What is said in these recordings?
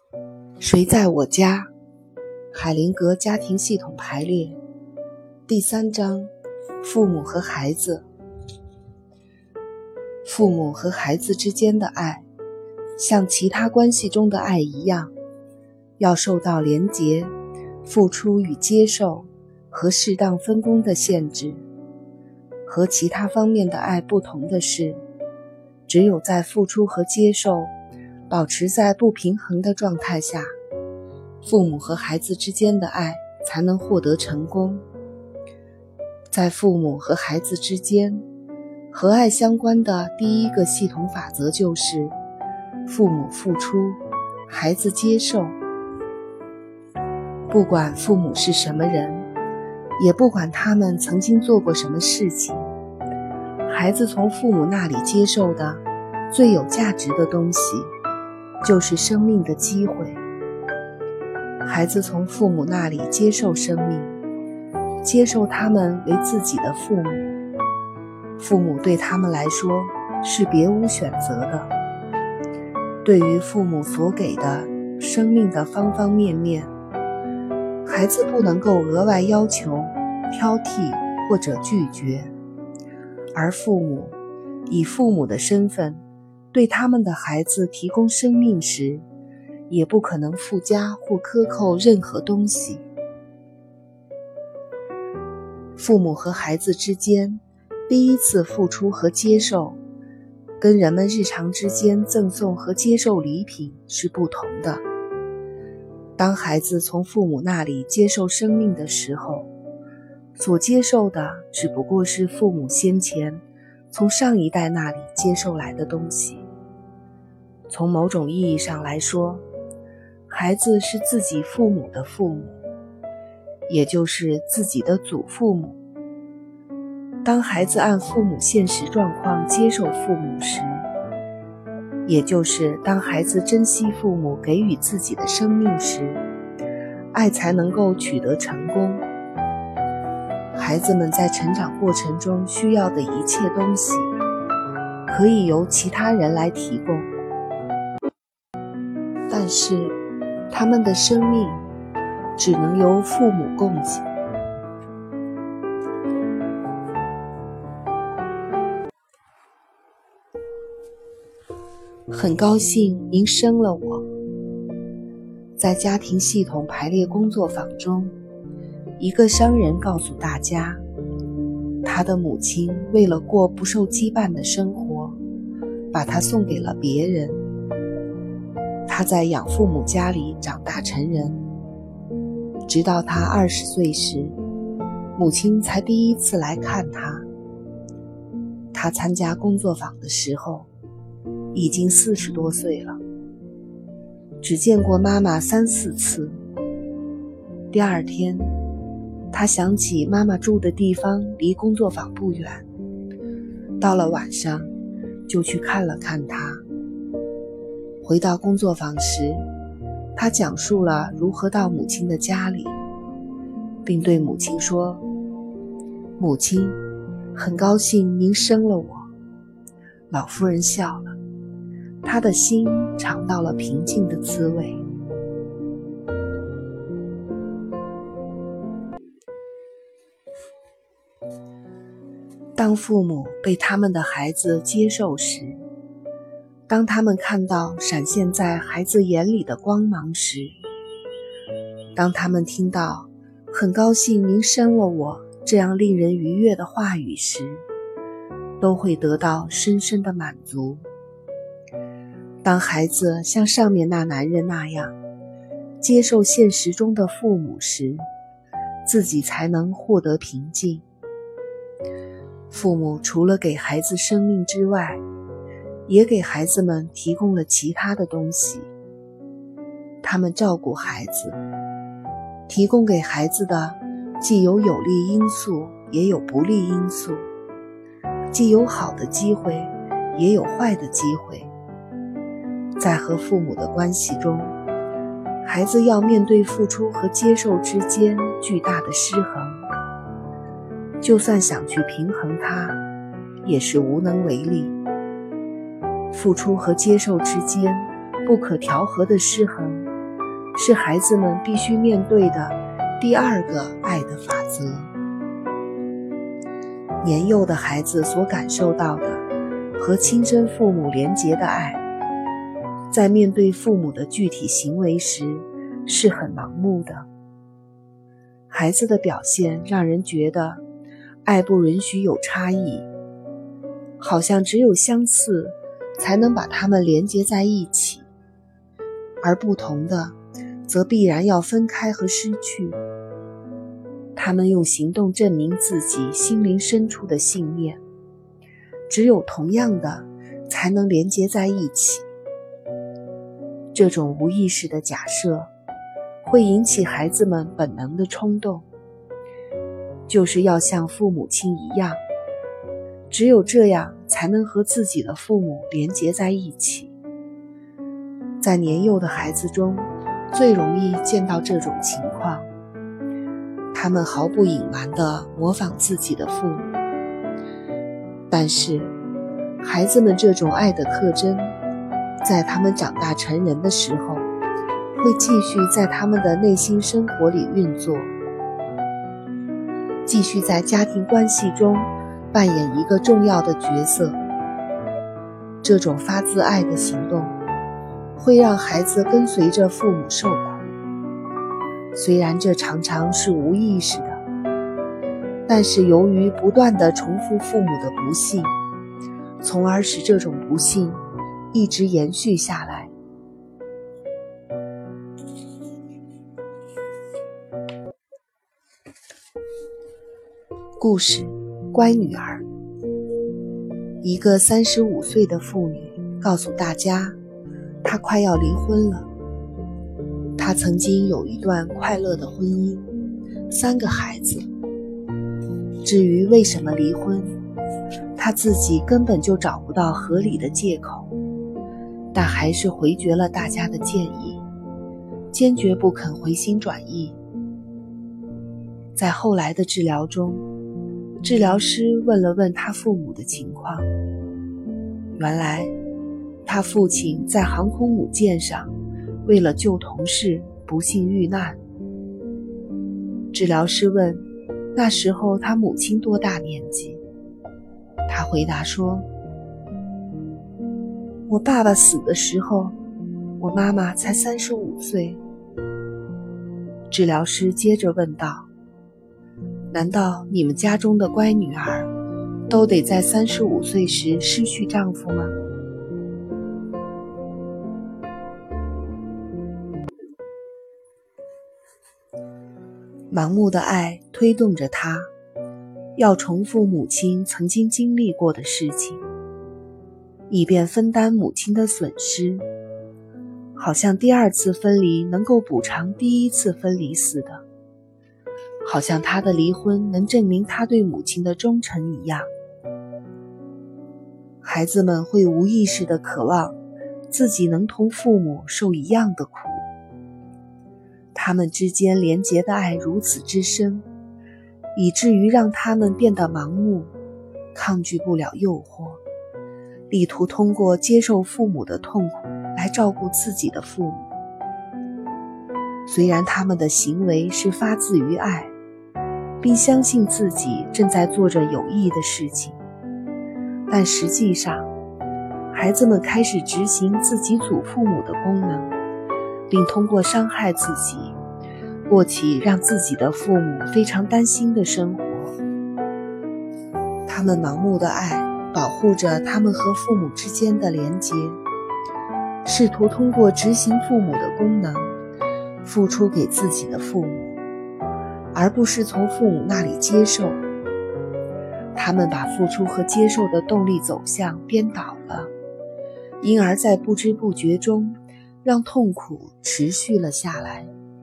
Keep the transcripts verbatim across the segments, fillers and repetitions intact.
谁在我家？海灵格家庭系统排列第三章：父母和孩子。父母和孩子之间的爱，像其他关系中的爱一样，要受到连结、付出与接受和适当分工的限制。和其他方面的爱不同的是，只有在付出和接受保持在不平衡的状态下，父母和孩子之间的爱才能获得成功。在父母和孩子之间，和爱相关的第一个系统法则就是父母付出，孩子接受。不管父母是什么人，也不管他们曾经做过什么事情，孩子从父母那里接受的最有价值的东西，就是生命的机会。孩子从父母那里接受生命，接受他们为自己的父母，父母对他们来说是别无选择的。对于父母所给的生命的方方面面，孩子不能够额外要求、挑剔或者拒绝，而父母以父母的身份对他们的孩子提供生命时，也不可能附加或克扣任何东西。父母和孩子之间第一次付出和接受，跟人们日常之间赠送和接受礼品是不同的。当孩子从父母那里接受生命的时候，所接受的只不过是父母先前从上一代那里接受来的东西。从某种意义上来说，孩子是自己父母的父母，也就是自己的祖父母。当孩子按父母现实状况接受父母时，也就是当孩子珍惜父母给予自己的生命时，爱才能够取得成功。孩子们在成长过程中需要的一切东西，可以由其他人来提供，但是他们的生命只能由父母供给。很高兴您生了我。在家庭系统排列工作坊中，一个商人告诉大家，他的母亲为了过不受羁绊的生活，把他送给了别人。他在养父母家里长大成人，直到他二十岁时，母亲才第一次来看他。他参加工作坊的时候，已经四十多岁了，只见过妈妈三四次。第二天，他想起妈妈住的地方离工作坊不远，到了晚上就去看了看她。回到工作坊时，他讲述了如何到母亲的家里，并对母亲说：母亲，很高兴您生了我。老夫人笑了，她的心尝到了平静的滋味。当父母被他们的孩子接受时，当他们看到闪现在孩子眼里的光芒时，当他们听到很高兴您生了我这样令人愉悦的话语时，都会得到深深的满足。当孩子像上面那男人那样接受现实中的父母时，自己才能获得平静。父母除了给孩子生命之外，也给孩子们提供了其他的东西。他们照顾孩子，提供给孩子的既有有利因素，也有不利因素，既有好的机会，也有坏的机会。在和父母的关系中，孩子要面对付出和接受之间巨大的失衡，就算想去平衡它，也是无能为力。付出和接受之间不可调和的失衡， 是孩子们必须面对的第二个爱的法则。年幼的孩子所感受到的和亲生父母连结的爱，在面对父母的具体行为时是很盲目的。孩子的表现让人觉得爱不允许有差异，好像只有相似才能把它们连结在一起，而不同的则必然要分开和失去。他们用行动证明自己心灵深处的信念，只有同样的才能连结在一起。这种无意识的假设会引起孩子们本能的冲动，就是要像父母亲一样，只有这样才能和自己的父母连结在一起。在年幼的孩子中，最容易见到这种情况，他们毫不隐瞒地模仿自己的父母。但是，孩子们这种爱的特征，在他们长大成人的时候，会继续在他们的内心生活里运作，继续在家庭关系中扮演一个重要的角色。这种发自爱的行动，会让孩子跟随着父母受苦，虽然这常常是无意识的，但是由于不断地重复父母的不幸，从而使这种不幸一直延续下来。故事：乖女儿。一个三十五岁的妇女告诉大家，她快要离婚了。她曾经有一段快乐的婚姻，三个孩子。至于为什么离婚，她自己根本就找不到合理的借口，但还是回绝了大家的建议，坚决不肯回心转意。在后来的治疗中，治疗师问了问他父母的情况，原来他父亲在航空母舰上为了救同事不幸遇难。治疗师问那时候他母亲多大年纪，他回答说，我爸爸死的时候，我妈妈才三十五岁。治疗师接着问道，难道你们家中的乖女儿都得在三十五岁时失去丈夫吗？盲目的爱推动着她，要重复母亲曾经经历过的事情，以便分担母亲的损失，好像第二次分离能够补偿第一次分离似的，好像他的离婚能证明他对母亲的忠诚一样。孩子们会无意识地渴望自己能同父母受一样的苦，他们之间连结的爱如此之深，以至于让他们变得盲目，抗拒不了诱惑，力图通过接受父母的痛苦来照顾自己的父母。虽然他们的行为是发自于爱，并相信自己正在做着有益的事情，但实际上，孩子们开始执行自己祖父母的功能，并通过伤害自己，过起让自己的父母非常担心的生活。他们盲目的爱保护着他们和父母之间的连结，试图通过执行父母的功能，付出给自己的父母，而不是从父母那里接受。他们把付出和接受的动力走向颠倒了，因而在不知不觉中让痛苦持续了下来。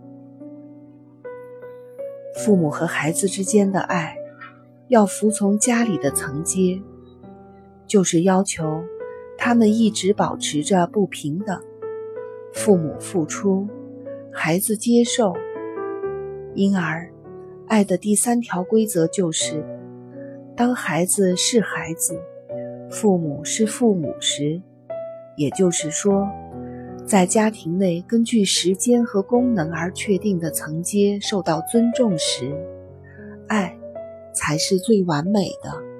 父母和孩子之间的爱要服从家里的层阶，就是要求他们一直保持着不平等，父母付出，孩子接受。因而爱的第三条规则就是，当孩子是孩子，父母是父母时，也就是说， 在家庭内根据时间和功能而确定的层阶受到尊重时，爱才是最完美的。